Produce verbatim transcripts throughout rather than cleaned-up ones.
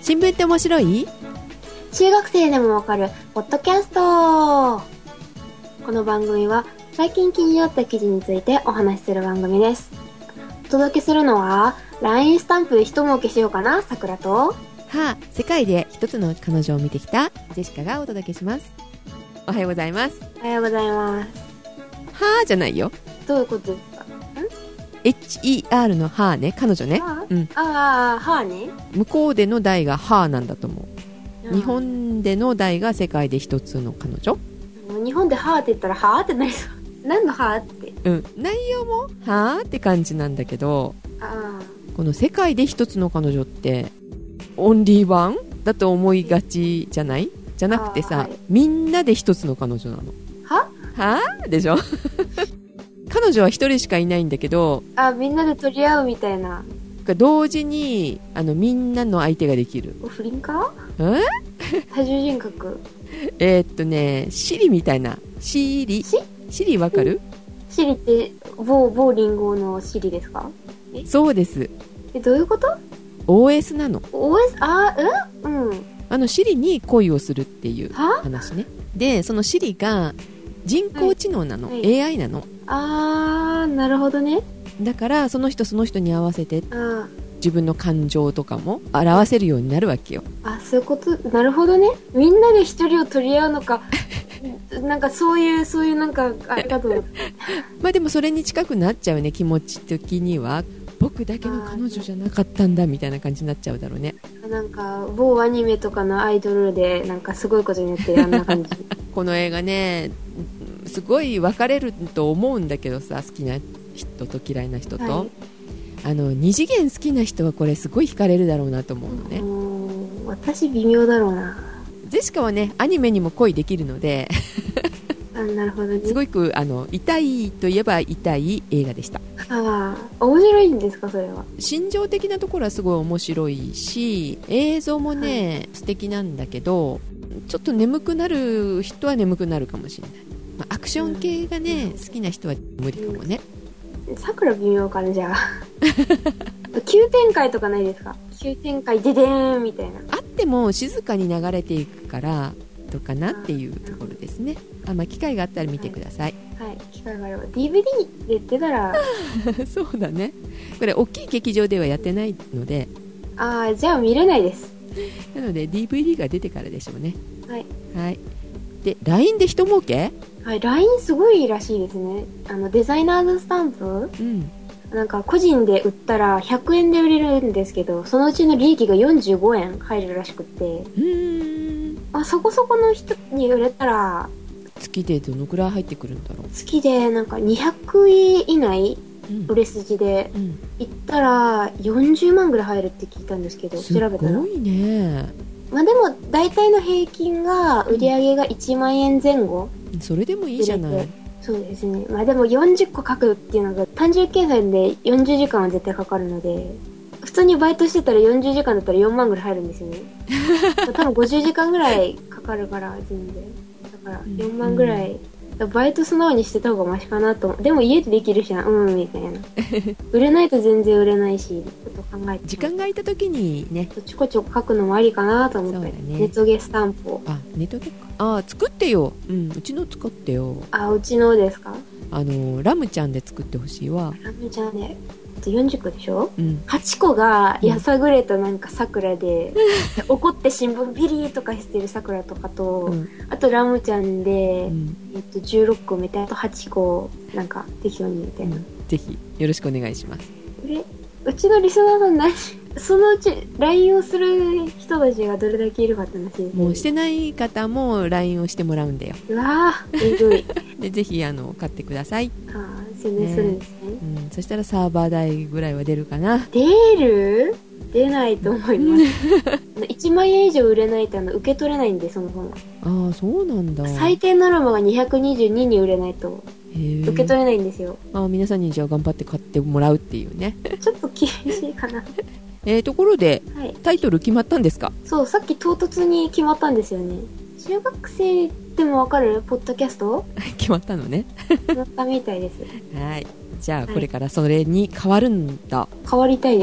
新聞って面白い？ 中学生でもわかるポッドキャスト。この番組は最近気になった記事についてお話しする番組です。お届けするのは ライン スタンプで一儲けしようかなさくらと、はあ、世界で一つの彼女を見てきたジェシカがお届けします。おはようございます。 おはようございます。 はーじゃないよ。 どういうことですか？んエイチイーアール のはーね、彼女ね。 はうん、 ああ、はーね。 向こうでの題がはーなんだと思う。 うん、 日本での題が世界で一つの彼女。 日本ではーって言ったらはーってなりそう。何のはーって。 うん、内容もはーって感じなんだけど、 あこの世界で一つの彼女ってオンリーワンだと思いがちじゃない？じゃなくてさ、はい、みんなで一つの彼女なの。 は？ はでしょ彼女は一人しかいないんだけど、 あ、みんなで取り合うみたいな。 同時にあのみんなの相手ができる。 不倫か？ え？ 多重人格。 えーっとね、シリみたいな。シリ。 シ? シリわかる？ シリって某某リンゴのシリですか？ え？そうです。 え、どういうこと？ オーエス なの。 オーエス？ あ、え？うん。 あのシリに恋をするっていう話ね。で、そのシリが人工知能なの、はいはい、エーアイ なの。 あー、なるほどね。 だからその人その人に合わせてあ自分の感情とかも表せるようになるわけよ。 あ、そういうこと。なるほどね。みんなで一人を取り合うのかなんかそういうそういうなんかあれかと思ってまあでもそれに近くなっちゃうね、気持ち的には。僕だけの彼女じゃなかったんだみたいな感じになっちゃうだろうね。 なんか某アニメとかのアイドルでなんかすごいことになってるあんな感じこの映画ね、すごい分かれると思うんだけどさ、好きな人と嫌いな人と、はい、あの二次元好きな人はこれすごい惹かれるだろうなと思うのね。 うーん、私微妙だろうな。 ジェシカはねアニメにも恋できるのであ、なるほどね。 すごくあの痛いといえば痛い映画でした。 ああ、面白いんですかそれは。 心情的なところはすごい面白いし、映像もね、はい、素敵なんだけど、ちょっと眠くなる人は眠くなるかもしれない、まあ、アクション系がね、うん、好きな人は無理かもね。 さくら微妙かなじゃあ急展開とかないですか？急展開ででーんみたいな。 あっても静かに流れていくからどうかなっていうところですね。あ、まあ、機会があったら見てください。 はい、はい、機会があれば ディーブイディー で出たらそうだね。これ大きい劇場ではやってないので、 ああ、じゃあ見れないです。 なので ディーブイディー が出てからでしょうね。 はい、 はい、で ライン で人儲け。 はい、ライン すごいらしいですね。あのデザイナーズスタンプ、うん、なんか個人で売ったらひゃくえんで売れるんですけど、そのうちの利益がよんじゅうごえん入るらしくって、うーん、あ、そこそこの人に売れたら月でどのくらい入ってくるんだろう。 月でなんかにひゃくえん以内、うん、売れ筋で、うん、行ったらよんじゅうまんぐらい入るって聞いたんですけど、調べたらすごいね。 まあでも大体の平均が売り上げがいちまんえんぜん後、 うん、それでもいいじゃない。 そうですね。まあでもよんじゅっこ書くっていうのが単純計算でよんじゅうじかんは絶対かかるので、普通にバイトしてたらよんじゅうじかんだったらよんまんぐらい入るんですよね多分ごじゅうじかんぐらいかかるから全然だからよんまんぐらい、うん、バイト素直にしてた方がマシかなと。でも家でできるしな、うんみたいな売れないと全然売れないし、ちょっと考えて、 時間が空いた時にねちょこちょこ書くのもありかなと思って、ね、ネトゲスタンプを。 あ、ネトゲか。あ、作ってよ、うん、うちの作ってよ。 あ、うちのですか？ あのラムちゃんで作ってほしいわ。 ラムちゃんでよんじゅっこでしょ、うん、はちこがやさぐれたなんか桜で、うん、怒って新聞ビリーとかしてる桜とかと、うん、あとラムちゃんで、うん、えっと、じゅうろっこみたいな、あとはちこなんか適当にみたいな、うん、 ぜひよろしくお願いします。 え、うちのリスナーさん何そのうち ライン をする人たちがどれだけいるかって話です、ね、 もうしてない方も ライン をしてもらうんだよ。 うわー、えぐいでぜひあの買ってください。 あ、宣伝するんですね、 うん、そしたらサーバー代ぐらいは出るかな。 出る？出ないと思いますいちまんえん以上売れないとあの受け取れないんで、そもそも。 ああ、そうなんだ。 最低ノルマがにひゃくにじゅうにに売れないと受け取れないんですよ。 あ、皆さんにじゃあ頑張って買ってもらうっていうねちょっと厳しいかなえー、ところで、はい、タイトル決まったんですか？ そう、さっき唐突に決まったんですよね。中学生でもわかるポッドキャスト決まったのね決まったみたいですはい、じゃあこれからそれに変わるんだ、 はい、変わりたいです。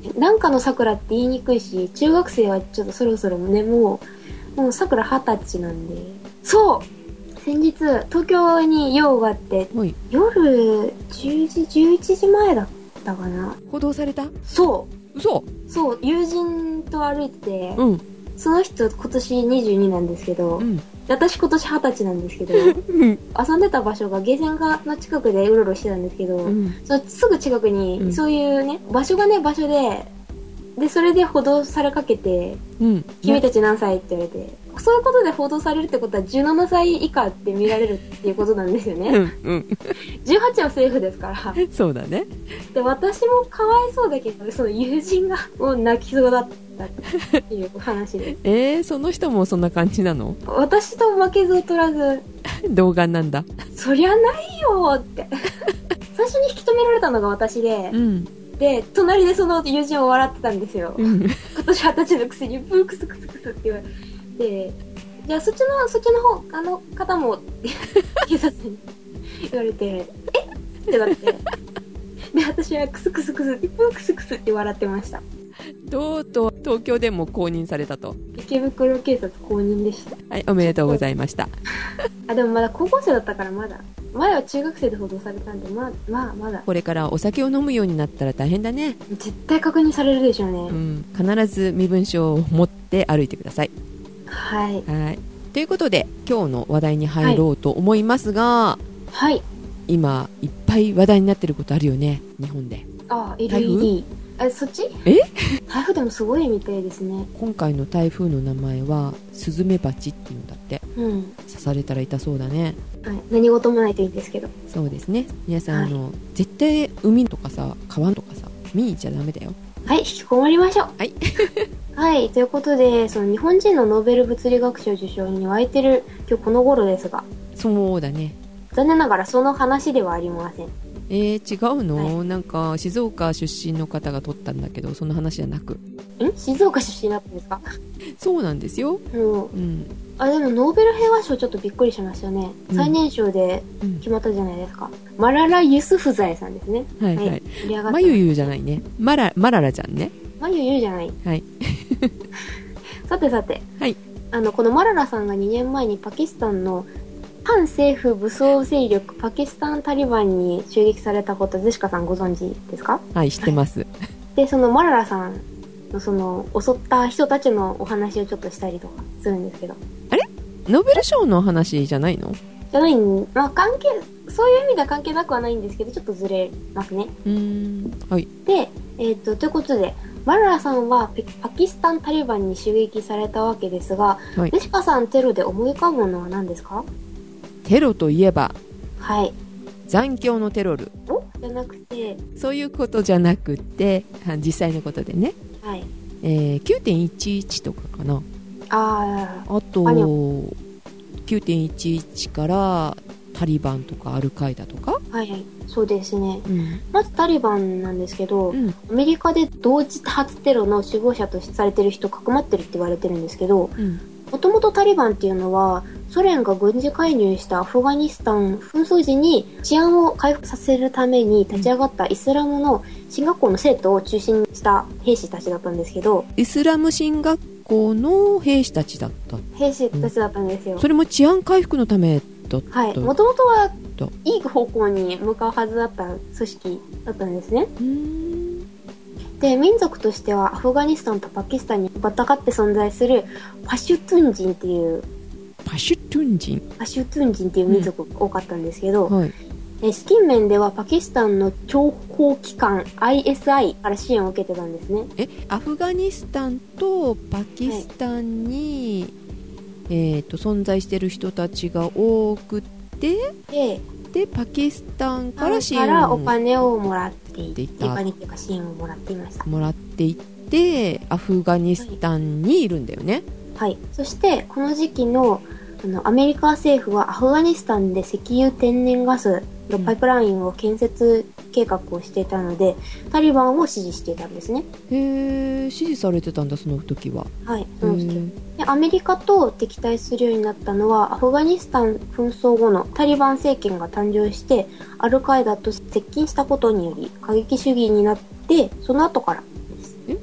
なんかの桜って言いにくいし、中学生はちょっとそろそろね、もう、もう桜二十歳なんで。そう先日、東京に用があって、 はい、 夜じゅうじ、じゅういちじまえだったかな。 補導された？ そう。 嘘？ そう、友人と歩いてて、 うん。 その人今年にじゅうになんですけど、 うん、 私今年二十歳なんですけど、遊んでた場所がゲーセンがの近くでうろうろしてたんですけど、うん、そのすぐ近くにそういうね、場所がね、場所で、で、それで補導されかけて、うん、君たち何歳って言われて、そういうことで報道されるってことはじゅうななさい以下って見られるっていうことなんですよね。うんうん、じゅうはちはセーフですから。 そうだね。 で、私もかわいそうだけど、その友人がもう泣きそうだったっていう話で。 えー、その人もそんな感じなの？ 私と負けず劣らず。 童顔なんだ。 そりゃないよって。最初に引き止められたのが私で、うん、で、隣でその友人を笑ってたんですよ。うん、今年二十歳のくせにブークスクスクスって言われて。で、じゃあそっちの、そっちの方、あの方も、警察に言われて、えってなって。で、私はクスクスクスって、ブークスクスって笑ってました。 とうとう東京でも公認されたと。 池袋警察公認でした。 はい、おめでとうございました。 あ、でもまだ高校生だったからまだ。前は中学生で報道されたんで、まあ、まあ、まだ。 これからお酒を飲むようになったら大変だね。 絶対確認されるでしょうね。 うん、必ず身分証を持って歩いてください。 はい、 はい。ということで今日の話題に入ろうと思いますが、 はい、 今いっぱい話題になってることあるよね、日本で。 ああ、エルイーディー。え、そっち？ え？ 台風でもすごいみたいですね。 今回の台風の名前はスズメバチっていうんだって、うん、刺されたら痛そうだね。 はい、何事もないといいんですけど。そうですね。皆さん、はい、あの絶対海とかさ、川とかさ見に行っちゃダメだよ。 はい、引きこもりましょう。 はいはい、ということで、その日本人のノーベル物理学賞受賞に沸いてる今日この頃ですが。 そうだね。 残念ながらその話ではありません。 えー、違うの、はい、なんか静岡出身の方が取ったんだけど、その話じゃなく。 ん静岡出身だったんですか？ そうなんですよ。うん。うん、 あ、でもノーベル平和賞ちょっとびっくりしましたね。うん、最年少で決まったじゃないですか。うん、マララ・ユスフザエさんですね。 はいはい。はい、マユユじゃないね。マラ、マララちゃんね。 マユユじゃない。 はい。 さてさて。 はい。 あの、このマララさんがにねんまえにパキスタンの反政府武装勢力パキスタンタリバンに襲撃されたこと、ゼシカさんご存知ですか？ はい、知ってます。はい、 で、そのマララさんのその襲った人たちのお話をちょっとしたりとかするんですけど。 あれ？ノーベル賞の話じゃないの？ じゃないん、まあ関係、そういう意味では関係なくはないんですけど、ちょっとずれますね。 うーん。はい。 で、えっと、ということで、マララさんはパキスタンタリバンに襲撃されたわけですが、はい、ゼシカさんテロで思い浮かぶものは何ですか？ テロといえば、 はい、 残響のテロル。 お？じゃなくて、 そういうことじゃなくて、実際のことでね。 はい。 えー、きゅうてんいちいちとかかな。 ああ。あと、きゅうてんいちいちからタリバンとかアルカイダとか。 はいはい。そうですね。 うん、 まずタリバンなんですけど、うん、アメリカで同時多発テロの首謀者とされてる人かくまってるって言われてるんですけど、もともとタリバンっていうのは、ソ連が軍事介入したアフガニスタン紛争時に治安を回復させるために立ち上がったイスラムの進学校の生徒を中心にした兵士たちだったんですけど、 イスラム進学校の兵士たちだった。 兵士たちだったんですよ。 うん、それも治安回復のためだった。 はい。もともとはいい方向に向かうはずだった組織だったんですね。うーん。で、民族としてはアフガニスタンとパキスタンにバタかって存在するパシュトゥン人っていうパシュトゥン人パシュトゥン人っていう民族が多かったんですけど、 うん、はい、 え資金面ではパキスタンの諜報機関 アイエスアイ から支援を受けてたんですね。 え、アフガニスタンとパキスタンに、はい、えーと、存在してる人たちが多くて、 ででパキスタンから支援をからお金をもらっていて、お金っていうか支援をもらっていました。 もらっていってアフガニスタンにいるんだよね。 はい、はい、そしてこの時期のあのアメリカ政府はアフガニスタンで石油天然ガスのパイプラインを建設計画をしていたので、うん、タリバンを支持していたんですね。 へー、支持されてたんだ、その時は。 はい、その時でアメリカと敵対するようになったのはアフガニスタン紛争後のタリバン政権が誕生してアルカイダと接近したことにより過激主義になって、その後からです。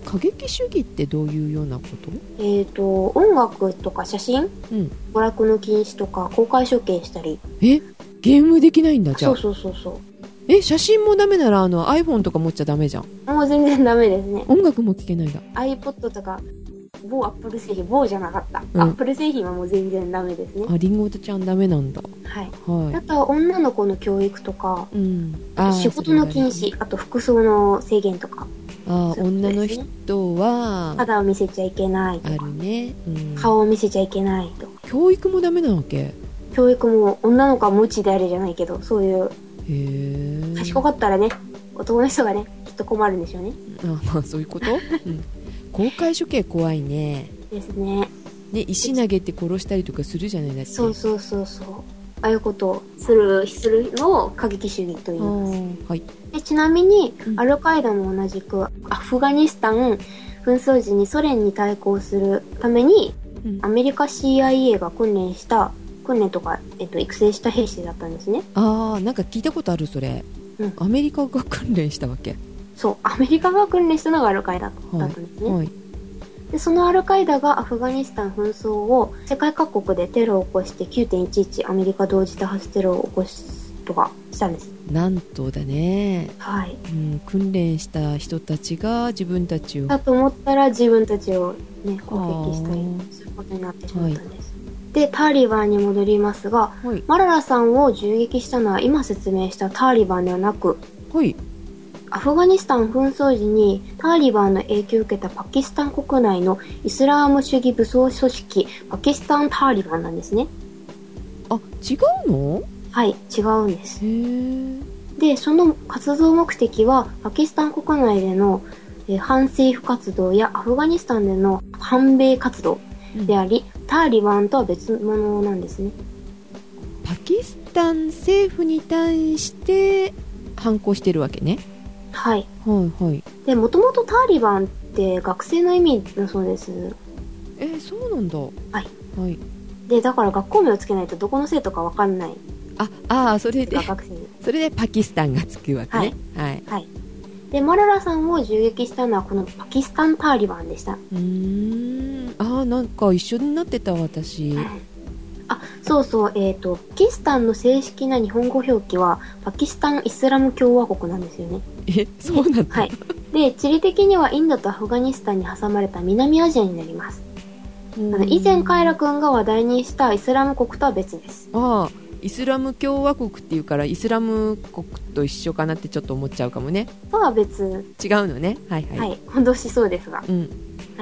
過激主義ってどういうようなこと？ えっと、音楽とか写真、 うん、 娯楽の禁止とか、公開処刑したり。 え、ゲームできないんだ、じゃあ。 そうそうそうそう。 え、写真もダメなら、あの、iPhone とか持っちゃダメじゃん。 もう全然ダメですね。 音楽も聴けないんだ。 iPod とか、某 Apple 製品、某じゃなかった。 うん、 Apple 製品はもう全然ダメですね。 あ、リンゴちゃんダメなんだ。 はい。 はい。 あとは女の子の教育とか、 うん、あ、 仕事の禁止、あと服装の制限とか。 あ、女の人は肌を見せちゃいけないとか、 あるね、うん、 顔を見せちゃいけないとか。 教育もダメなわけ？ 教育も女の子は無知であれじゃないけど、そういう、 へー、 賢かったらね、男の人がね、きっと困るんでしょうね。 あ、まあそういうこと、うん、公開処刑怖いね。 ですね。 ね、石投げて殺したりとかするじゃないだって。 そうそうそうそう。ああいうことをするするのを過激主義と言います。 はい、 でちなみに、 うん、 アルカイダも同じくアフガニスタン紛争時にソ連に対抗するために、うん、アメリカ シーアイエー が訓練した訓練とか、えっと、育成した兵士だったんですね。 ああ、なんか聞いたことあるそれ、うん、アメリカが訓練したわけ？ そう、アメリカが訓練したのがアルカイダだったんですね。はいはい、でそのアルカイダがアフガニスタン紛争を世界各国でテロを起こして きゅうてんいちいち アメリカ同時多発テロを起こすとかしたんです。 なんとだね、 はい、 うん、訓練した人たちが自分たちをだと思ったら自分たちを、ね、攻撃したりすることになってしまったんです。はい、でタリバンに戻りますが、はい、マララさんを銃撃したのは今説明したタリバンではなく、はい、アフガニスタン紛争時にタリバンの影響を受けたパキスタン国内のイスラーム主義武装組織パキスタンタリバンなんですね。 あ、違うの？ はい、違うんです。 へー。 で、その活動目的はパキスタン国内での、えー、反政府活動やアフガニスタンでの反米活動であり、うん、タリバンとは別物なんですね。 パキスタン政府に対して反抗してるわけね。 はい。 はいはい。 で、もともとタリバンって学生の意味だそうです。 えー、そうなんだ。はい。 はい。で、だから学校名をつけないとどこの生徒かわかんない。 あ、あー、それで、それでパキスタンがつくわけね。はい。はい。はい、 で、マララさんを銃撃したのはこのパキスタンタリバンでした。 うーん。あー、なんか一緒になってた私。 あ、そうそう、えっと、パキスタンの正式な日本語表記はパキスタンイスラム共和国なんですよね。 え、そうなんだ。 はい。で、地理的にはインドとアフガニスタンに挟まれた南アジアになります。あの以前カイラ君が話題にしたイスラム国とは別です。 ああ、イスラム共和国っていうからイスラム国と一緒かなってちょっと思っちゃうかもね。 とは別。 違うのね。はいはい。 はい、本当しそうですが。うん。はい。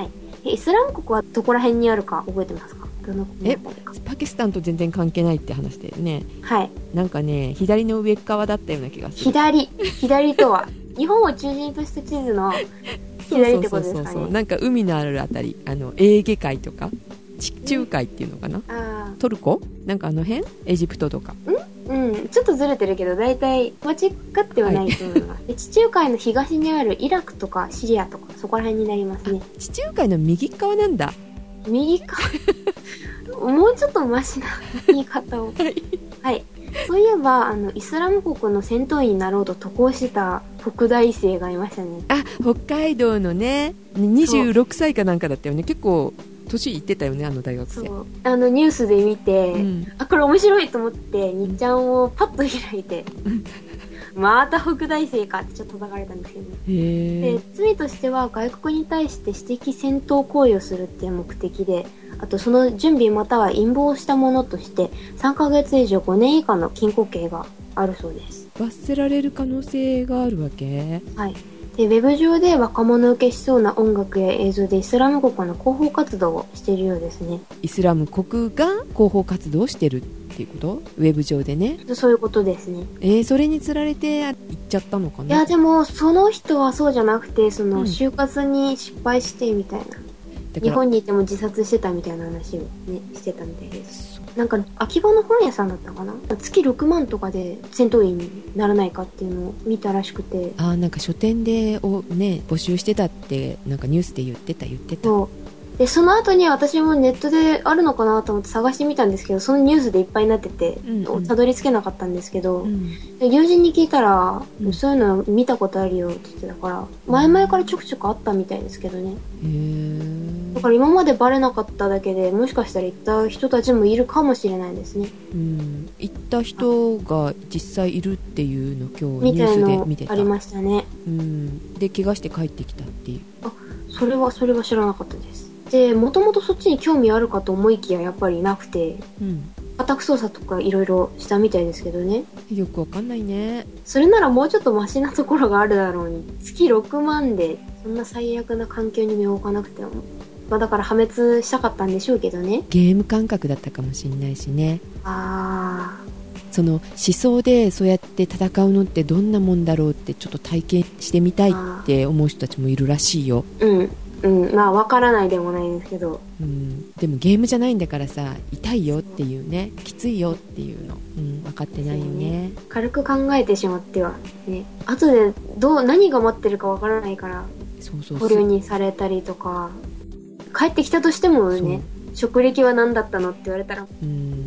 イスラム国はどこら辺にあるか覚えてますか？どの国え、パキスタンと全然関係ないって話だよね。 はい。 なんかね、左の上側だったような気がする。 左。左とは日本を中心とした地図の左ってことですかね。そうそうそうそう。 なんか海のあるあたり、あのエーゲ海とか地中海っていうのかな、あ、トルコなんかあの辺、エジプトとか。 ん、うん、ちょっとずれてるけど大体間違ってはないと思います、はい、で地中海の東にあるイラクとかシリアとかそこら辺になりますね。 地中海の右側なんだ。 右側もうちょっとマシな言い方をはい、はい、そういえばあのイスラム国の戦闘員になろうと渡航した北大生がいましたね。 あ、北海道のね、にじゅうろくさいかなんかだったよね。結構年いってたよね、あの大学生。 そう、あのニュースで見て、うん、あ、これ面白いと思ってにちゃんをパッと開いてまた北大生かってちょっと叩かれたんですけどね。へで、罪としては外国に対して私的戦闘行為をするっていう目的で、あとその準備または陰謀したものとしてさんかげつ以上ごねん以下の禁錮刑があるそうです。 罰せられる可能性があるわけ？ はい。で、ウェブ上で若者受けしそうな音楽や映像でイスラム国の広報活動をしているようですね。 イスラム国が広報活動をしてるっていうこと？ウェブ上でね。 そういうことですね。 えー、それにつられて行っちゃったのかな？ いや、でもその人はそうじゃなくて、その就活に失敗してみたいな、うん、日本にいても自殺してたみたいな話をねしてたみたいです。なんか秋葉の本屋さんだったかな、月ろくまんとかで戦闘員にならないかっていうのを見たらしくて、 あ、なんか書店でをね募集してたってなんかニュースで言ってた言ってた。 そうでその後に私もネットであるのかなと思って探してみたんですけど、そのニュースでいっぱいになってて、 うんうん、 たどり着けなかったんですけど、 うん、 で友人に聞いたら、 うん、 そういうの見たことあるよって言ってたから、前々からちょくちょくあったみたいですけどね。 へー。 だから今までバレなかっただけで、もしかしたら行った人たちもいるかもしれないですね。 うん、行った人が実際いるっていうの今日ニュースで見てた。 ありましたね。 うん、で怪我して帰ってきたっていう。 あ、それはそれは知らなかったです。で、もともとそっちに興味あるかと思いきややっぱりなくて、 うん、 家宅捜査とかいろいろしたみたいですけどね。 よくわかんないね。 それならもうちょっとマシなところがあるだろうに、月ろくまんでそんな最悪な環境に身を置かなくても、まあだから破滅したかったんでしょうけどね。 ゲーム感覚だったかもしれないしね。 あー、 その思想でそうやって戦うのってどんなもんだろうってちょっと体験してみたいって思う人たちもいるらしいよ。 うんうん、まあわからないでもないですけど、 うん、でもゲームじゃないんだからさ、痛いよっていうね、きついよっていうの、うん、分かってないよね。 軽く考えてしまってはね、後でどう何が待ってるかわからないから、 そうそうそう、 捕虜にされたりとか、帰ってきたとしてもね、職歴は何だったのって言われたら、うん、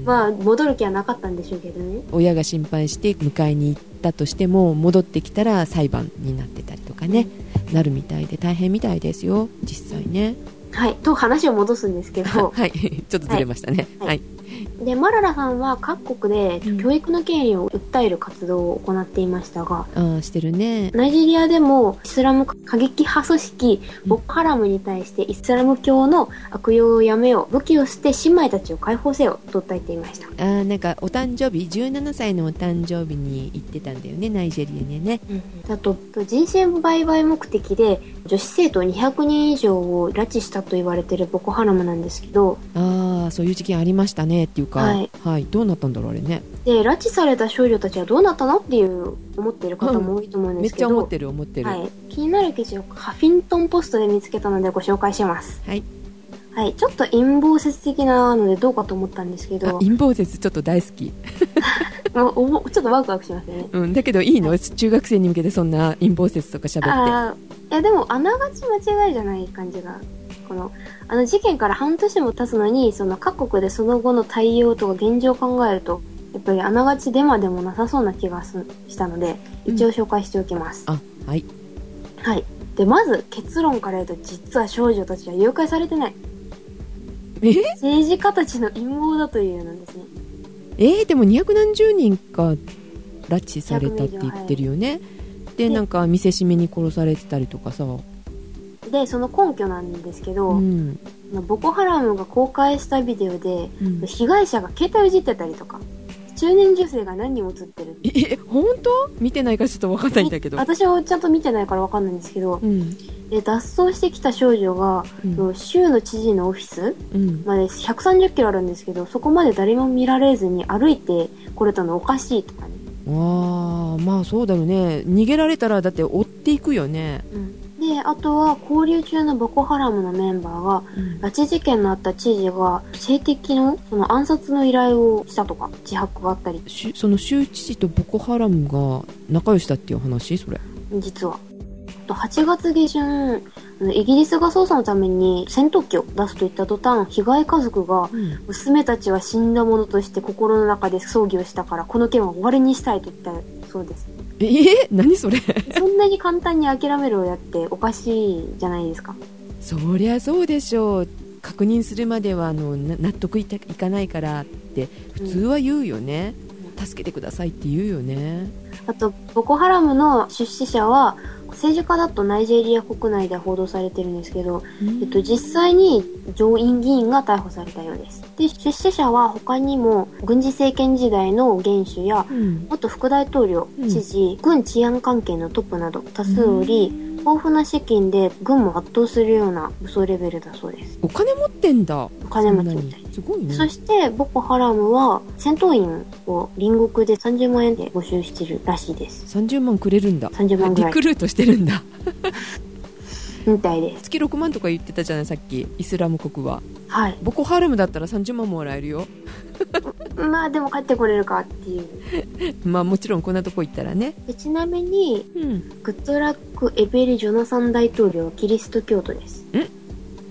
まあ戻る気はなかったんでしょうけどね。 親が心配して迎えに行ったとしても戻ってきたら裁判になってたりとかね、うん、なるみたいで大変みたいですよ実際ね。 はいと話を戻すんですけどはいちょっとずれましたね。はい、はいはい、でマララさんは各国で教育の権利を訴える活動を行っていましたが、 うん、あしてるね。 ナイジェリアでもイスラム過激派組織ボコハラムに対してイスラム教の悪用をやめよう、武器を捨て姉妹たちを解放せよと訴えていました。 あなんかお誕生日じゅうななさいのお誕生日に行ってたんだよね、ナイジェリアにね、 うん、あと人身売買目的で女子生徒にひゃくにん以上を拉致したと言われているボコハラムなんですけど、 ああそういう事件ありましたねっていうか、はい、はい、どうなったんだろうあれね。 で拉致された少女たちはどうなったのっていう思っている方も多いと思うんですけど、 うん、めっちゃ思ってる思ってる、 はい、気になる記事をハフィントンポストで見つけたのでご紹介します。 はいはい、ちょっと陰謀説的なのでどうかと思ったんですけど、 陰謀説ちょっと大好きおおちょっとワクワクしますよね、 うん、だけどいいの、はい、中学生に向けてそんな陰謀説とか喋って。 あいやでもあながち間違いじゃない感じが、このあの事件から半年も経つのにその各国でその後の対応とか現状を考えるとやっぱりあながちデマでもなさそうな気がしたので一応紹介しておきます、 うん、あはいはいでまず結論から言うと実は少女たちは誘拐されてない。 え政治家たちの陰謀だというのですね。 えー、でもにひゃくなんじゅうにんか拉致されたって言ってるよね。でなんか見せしめに殺されてたりとかさ。 でその根拠なんですけど、うん、ボコハラムが公開したビデオで、うん、被害者が携帯をいじってたりとか中年女性が何人も映ってる。 え本当見てないからちょっと分かんないんだけど。 私はちゃんと見てないから分かんないんですけど、うん、で脱走してきた少女が、うん、州の知事のオフィスまでひゃくさんじゅっキロあるんですけど、そこまで誰も見られずに歩いてこれたのおかしいとかね。 あまあそうだよね、逃げられたらだって追っていくよね、 うん、であとは交流中のボコハラムのメンバーが、うん、拉致事件のあった知事が性的のその暗殺の依頼をしたとか自白があったり、 その州知事とボコハラムが仲良しだっていう話。それ実ははちがつ下旬イギリスが捜査のために戦闘機を出すといった途端、被害家族が、うん、娘たちは死んだ者として心の中で葬儀をしたからこの件は終わりにしたいと言ったそうです。 えー、何それそんなに簡単に諦めろやっておかしいじゃないですか。 そりゃそうでしょう。確認するまではあの納得いかないからって普通は言うよね、うん、助けてくださいって言うよね。 あとボコハラムの出資者は政治家だとナイジェリア国内で報道されてるんですけど、えっと、実際に上院議員が逮捕されたようです。で出資者は他にも軍事政権時代の元首や、うん、元副大統領、うん、知事、軍治安関係のトップなど多数おり、うん、豊富な資金で軍も圧倒するような武装レベルだそうです。 お金持ってんだ。 お金持ちみたい。 すごいね。 そしてボコハラムは戦闘員を隣国でさんじゅうまんえんで募集してるらしいです。 さんじゅうまんくれるんだ。 さんじゅうまんぐらいリクルートしてるんだみたいです。 月ろくまんとか言ってたじゃないさっきイスラム国は。 はい。 ボコハラムだったらさんじゅうまんもらえるよまあでも帰ってこれるかっていうまあもちろんこんなとこ行ったらね。 でちなみに、うん、グッドラック・エベリ・ジョナサン大統領はキリスト教徒です。 ん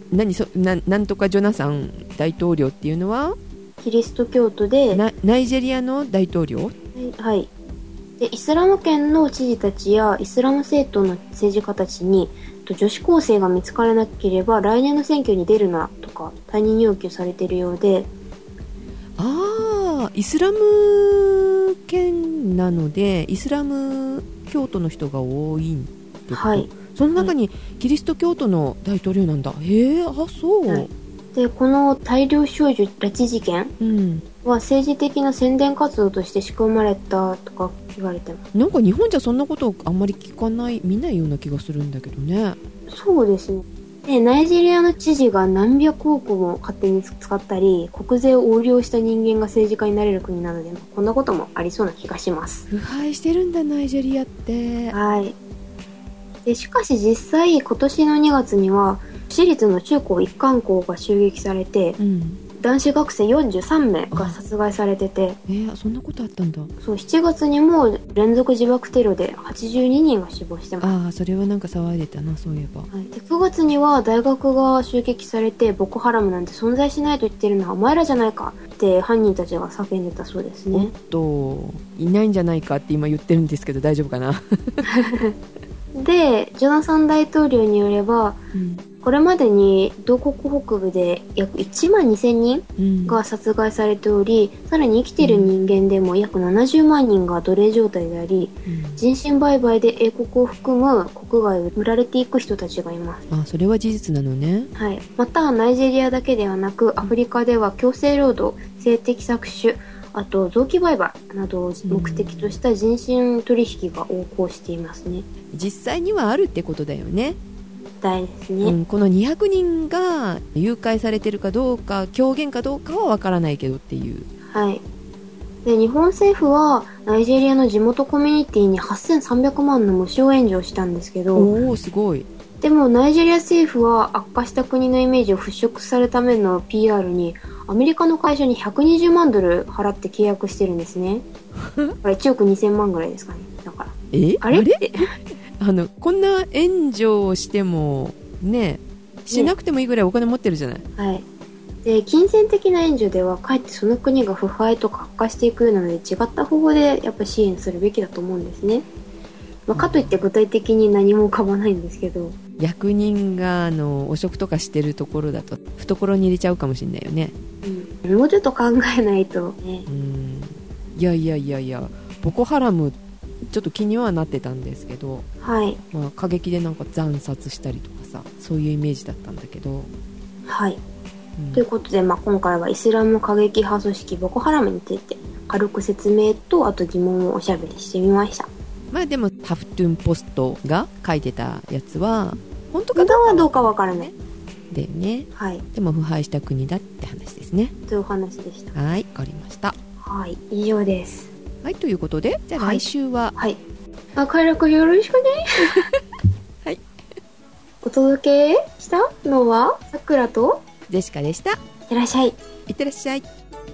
何そ な, なんとかジョナサン大統領っていうのはキリスト教徒で、 なナイジェリアの大統領。 はい。で、イスラム圏の知事たちやイスラム政党の政治家たちに、女子高生が見つからなければ来年の選挙に出るなとか退任要求されているようで。 ああ、イスラム圏なのでイスラム教徒の人が多いんってこと。はい。その中にキリスト教徒の大統領なんだ。へえ、あ、そう。はい、 で、この大量少女拉致事件は政治的な宣伝活動として仕組まれたとか言われてます。 なんか日本じゃそんなことあんまり聞かない見ないような気がするんだけどね。 そうですね。で、ナイジェリアの知事が何百億も勝手に使ったり国税を横領した人間が政治家になれる国なので、こんなこともありそうな気がします。 腐敗してるんだナイジェリアって。 はい。で、しかし実際今年のにがつには私立の中高一貫校が襲撃されて、うん、男子学生よんじゅうさんめいが殺害されてて。 えー、そんなことあったんだ。 そう、しちがつにも連続自爆テロではちじゅうににんが死亡してます。 ああ、それはなんか騒いでたな、そういえば。 はい、でくがつには大学が襲撃されて、ボコハラムなんて存在しないと言ってるのはお前らじゃないかって犯人たちが叫んでたそうですね。 おっと、いないんじゃないかって今言ってるんですけど大丈夫かな。 で、ジョナサン大統領によれば、うん、これまでに同国北部で約いちまんにせんにんが殺害されており、うん、さらに生きている人間でも約ななじゅうまんにんが奴隷状態であり、うん、人身売買で英国を含む国外を売られていく人たちがいます。 あ、それは事実なのね。 はい。またナイジェリアだけではなくアフリカでは強制労働、性的搾取、あと臓器売買などを目的とした人身取引が横行していますね。 実際にはあるってことだよね。 大ですね、 うん、このにひゃくにんが誘拐されてるかどうか狂言かどうかはわからないけどっていう。 はい。で、日本政府はナイジェリアの地元コミュニティにはっせんさんびゃくまんの無償援助をしたんですけど、 おー、すごい。 でもナイジェリア政府は悪化した国のイメージを払拭するための ピーアール にアメリカの会社にひゃくにじゅうまんドル払って契約してるんですね。いちおくにせんまんぐらいですかね。だからえあれってあのこんな援助をしてもね、しなくてもいいぐらいお金持ってるじゃない、ね、 はい。で、金銭的な援助ではかえってその国が腐敗とか悪化していくようなので、違った方法でやっぱ支援するべきだと思うんですね。まあ、かといって具体的に何も浮かばないんですけど、 役人があの汚職とかしてるところだと懐に入れちゃうかもしれないよね、 うん、もうちょっと考えないとね。 うん、いやいやいやいや、ボコハラムちょっと気にはなってたんですけど、 はい、 まあ、過激でなんか惨殺したりとかさ、そういうイメージだったんだけど、 はい、うん、ということで、まあ、今回はイスラム過激派組織ボコハラムについて軽く説明と、あと疑問をおしゃべりしてみました。 まあでもハフトゥンポストが書いてたやつは本当かどうかはどうかわからない、 だよね。 はい。 でも腐敗した国だって話ですね。 というお話でした。 はい、わかりました。 はい、以上です。 はい、ということで、じゃあ来週は、 はい、はい、明るくよろしくね。 はい。 お届けしたのはさくらとジェシカでした。いってらっしゃい。 いってらっしゃい。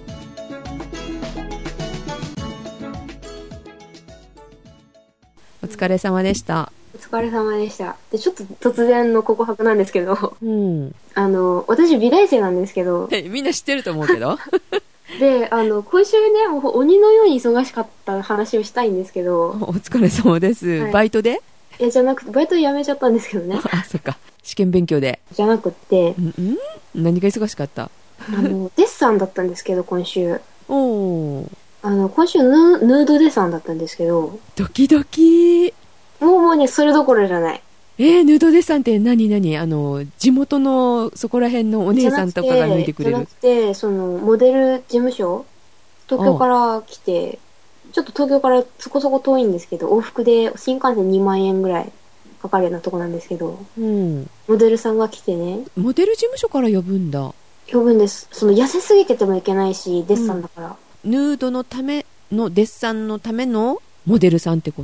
お疲れ様でした。 お疲れ様でした。で、ちょっと突然の告白なんですけど、 うん、 あの、私美大生なんですけど、 みんな知ってると思うけど。 で、あの、今週ね、もう鬼のように忙しかった話をしたいんですけど。 お疲れ様です。はい、バイトで？ いや、じゃなくて、バイト辞めちゃったんですけどね。 あ、そっか。試験勉強で。 じゃなくって、 んん何が忙しかった？ あの、デッサンだったんですけど、今週。 おー。 あの、今週ヌ、ヌードデッサンだったんですけど。 ドキドキ。 もうもうね、それどころじゃない。 えー、ヌードデッサンって何何あの、地元のそこら辺のお姉さんとかが脱いでくれる？ じゃなくて、その、モデル事務所東京から来て、ちょっと東京からそこそこ遠いんですけど、往復で新幹線にまんえんぐらいかかるようなとこなんですけど、 うん、 モデルさんが来てね。 モデル事務所から呼ぶんだ。 呼ぶんです。その痩せすぎててもいけないし、デッサンだから。 うん、ヌードのための、デッサンのためのモデルさんってこと？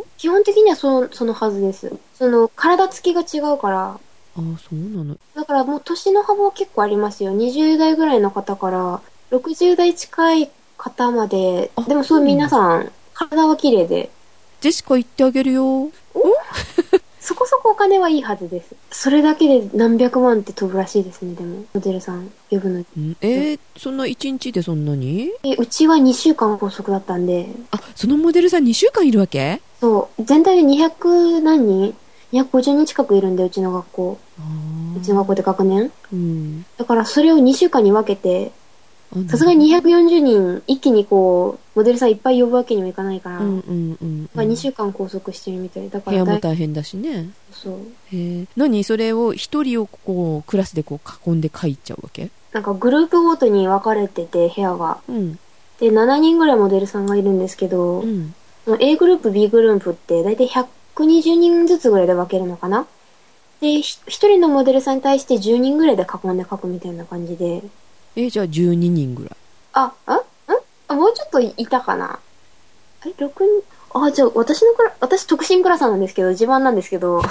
基本的にはそ、そのはずです。その、体つきが違うから。ああ、そうなの。 だからもう年の幅は結構ありますよ。にじゅう代ぐらいの方から、ろくじゅう代近い方まで。でもそういう皆さん、体は綺麗で。 ジェシカ言ってあげるよ。おそこそこお金はいいはずです。それだけで何百万って飛ぶらしいですね、でも。モデルさん呼ぶのに。 んえー、そんないちにちでそんなに？ えうちはにしゅうかん拘束だったんで。 あ、そのモデルさんにしゅうかんいるわけ？ そう。全体でにひゃく何人 ?にひゃくごじゅうにん近くいるんで、うちの学校。うちの学校で学年。 うん。だからそれをにしゅうかんに分けて、さすがににひゃくよんじゅうにん一気にこう、モデルさんいっぱい呼ぶわけにもいかないから、うんうんうん、うん、にしゅうかん拘束してるみたいだから。 部屋も大変だしね。 そう。 へえ。何それを一人をこう、クラスでこう囲んで書いちゃうわけ？なんかグループごとに分かれてて、部屋が。うん。で、しちにんぐらいモデルさんがいるんですけど、うん、A グループ、B グループって大体ひゃくにじゅうにんずつぐらいで分けるのかな。で、ひ一人のモデルさんに対してじゅうにんぐらいで囲んで書くみたいな感じで。 え、じゃあじゅうににんぐらい。 あ、あんあ、もうちょっといたかな。え、ろくにん、あ、じゃあ私のクラ、私特進クラスなんですけど、自慢なんですけど。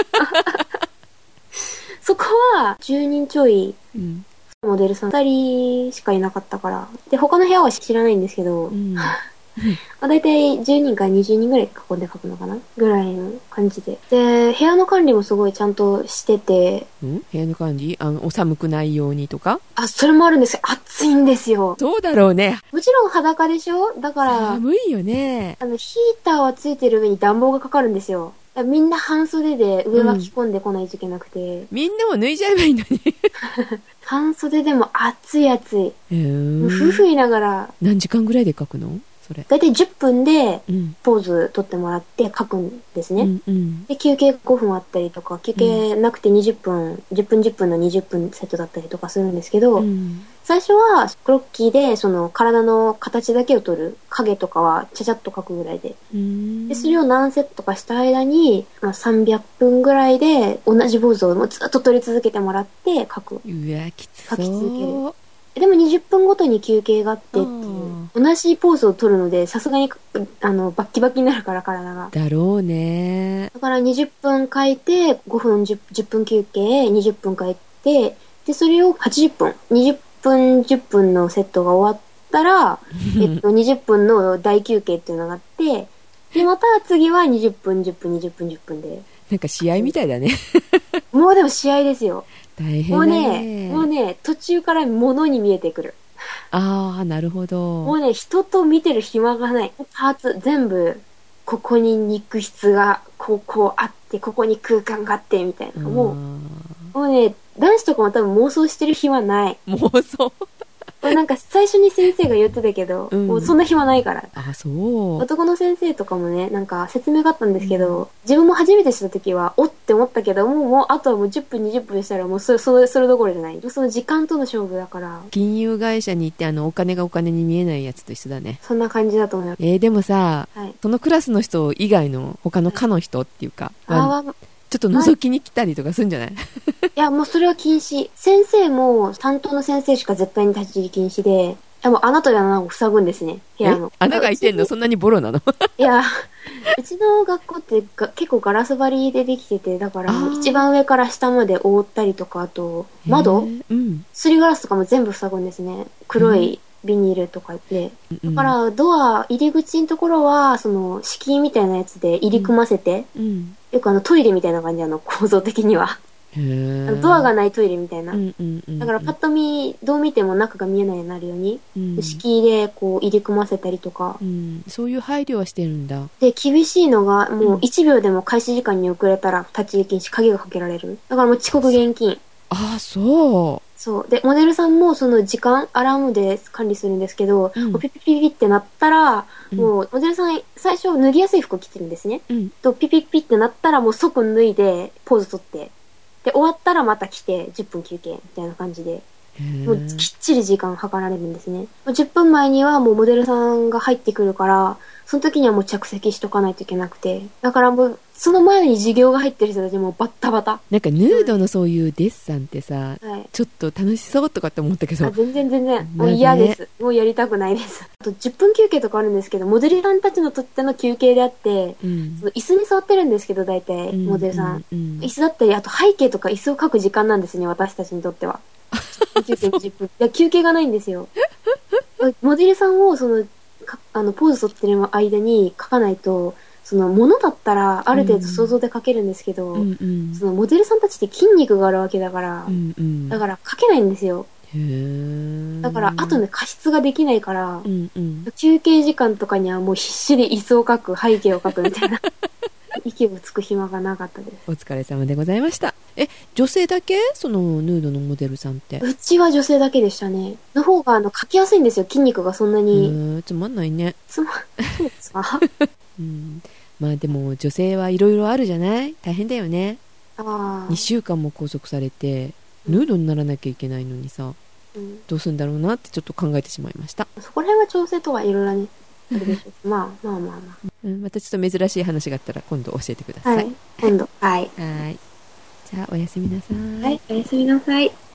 そこはじゅうにんちょい、うん、モデルさんふたりしかいなかったから。で、他の部屋は知らないんですけど、うんだいたいじゅうにんからにじゅうにんぐらい囲んで書くのかなぐらいの感じで。で、部屋の管理もすごいちゃんとしてて。 ん部屋の管理あの、お寒くないようにとか？ あ、それもあるんですよ。暑いんですよ。 そうだろうね。 もちろん裸でしょ？だから。 寒いよね。 あの、ヒーターはついてる上に暖房がかかるんですよ。みんな半袖で上は着込んでこないといけなくて。うん、 みんなも脱いじゃえばいいのに。 半袖でも暑い暑い。へー。ふふいながら。 何時間ぐらいで書くの？それだいたいじゅっぷんでポーズ取ってもらって書くんですね、うんうん、で休憩ごふんあったりとか、休憩なくてにじゅっぷん、じゅっぷんじゅっぷんのにじゅっぷんセットだったりとかするんですけど、うん、最初はクロッキーでその体の形だけを取る、影とかはちゃちゃっと書くぐらいで、うん、でそれを何セットかした間に、まあ、さんびゃっぷんぐらいで同じポーズをもうずっと取り続けてもらって書く。 うわきつそう。 書き続ける。でもにじゅっぷんごとに休憩があってっていう。同じポーズを取るので、さすがに、あの、バッキバキになるから体が。 だろうね。 だからにじゅっぷん書いて、ごふん、じゅっぷん休憩、にじゅっぷん書いて、で、それをはちじゅっぷん、にじゅっぷん、じゅっぷんのセットが終わったら、えっと、にじゅっぷんの大休憩っていうのがあって、で、また次はにじゅっぷん、じゅっぷん、にじゅっぷん、じゅっぷんで。 なんか試合みたいだね。 もうでも試合ですよ。 大変だね。 もうね、もうね、途中から物に見えてくる。 ああ、なるほど。 もうね、人と見てる暇がない。パーツ、全部、ここに肉質が、こう、こうあって、ここに空間があって、みたいな。もう、もうね、男子とかも多分妄想してる暇ない。 妄想なんか最初に先生が言ってたけど、うん、もうそんな暇ないから。 あ、そう。 男の先生とかもね、なんか説明があったんですけど、うん、自分も初めてした時は、おって思ったけど、もう、もう、あとはもうじゅっぷん、にじゅっぷんしたらもうそれ、それ、それどころじゃない。その時間との勝負だから。 金融会社に行って、あの、お金がお金に見えないやつと一緒だね。 そんな感じだと思います。 えー、でもさ、はい、そのクラスの人以外の他の科の人っていうか、はい、ちょっと覗きに来たりとかするんじゃない？いや、もうそれは禁止。先生も担当の先生しか絶対に立ち入り禁止で、いやもう穴という穴を塞ぐんですね、部屋の。 穴が開いてんの？そんなにボロなの？ いや、うちの学校ってが結構ガラス張りでできてて、だから一番上から下まで覆ったりとか、あと窓、うん、すりガラスとかも全部塞ぐんですね。黒いビニールとかで。だからドア、入り口のところは、その敷居みたいなやつで入り組ませて、うんうん、よくあのトイレみたいな感じ、あの構造的には。ドアがないトイレみたいな、うんうんうんうん、だからパッと見どう見ても中が見えないようになるように、うん、敷居でこう入り組ませたりとか、 うん、そういう配慮はしてるんだ。 で厳しいのがもういちびょうでも開始時間に遅れたら立ち入り禁止、鍵がかけられる。だからもう遅刻厳禁。 ああ、そうそうで、モデルさんもその時間アラームで管理するんですけど、うん、もうピピピピってなったら、うん、もうモデルさん最初脱ぎやすい服を着てるんですね、うん、とピピピってなったらもう即脱いでポーズ取って、で、終わったらまた来て、じゅっぷん休憩みたいな感じで、もうきっちり時間計られるんですね。じゅっぷんまえにはもうモデルさんが入ってくるから、その時にはもう着席しとかないといけなくて。だからもう、その前に授業が入ってる人たちもバッタバタ。 なんかヌードのそういうデッサンってさ、はい、ちょっと楽しそうとかって思ったけど。 あ、全然全然。もう嫌です。もうやりたくないです。あとじゅっぷん休憩とかあるんですけど、モデルさんたちのとっての休憩であって、うん、その椅子に座ってるんですけど、大体、うん、モデルさん、うんうん。椅子だったり、あと背景とか椅子を描く時間なんですね、私たちにとっては。休憩じゅっぷん。いや、休憩がないんですよ。モデルさんを、その、かあの、ポーズ取ってる間に書かないと、 そのものだったらある程度想像で描けるんですけど、 うんうん、 そのモデルさんたちって筋肉があるわけだから、 うんうん、 だから描けないんですよ。 へー、 だからあとね加筆ができないから、 うんうん、 休憩時間とかにはもう必死で椅子を描く、背景を描くみたいな息をつく暇がなかったです。 お疲れ様でございました。え、女性だけ？そのヌードのモデルさんって。 うちは女性だけでしたね。の方があの描きやすいんですよ。筋肉がそんなに。 うーん、つまんないね。 つま、そうですかうん、まあでも女性はいろいろあるじゃない？大変だよね。 あにしゅうかんも拘束されてヌードにならなきゃいけないのにさ、 うん、 どうするんだろうなってちょっと考えてしまいました。 そこら辺は調整とはいろいろね、あれでしょう。まあまあまあまあ。 うん、またちょっと珍しい話があったら今度教えてください。 はい。今度。はい。 はい。じゃあおやすみなさい。 はい。おやすみなさい。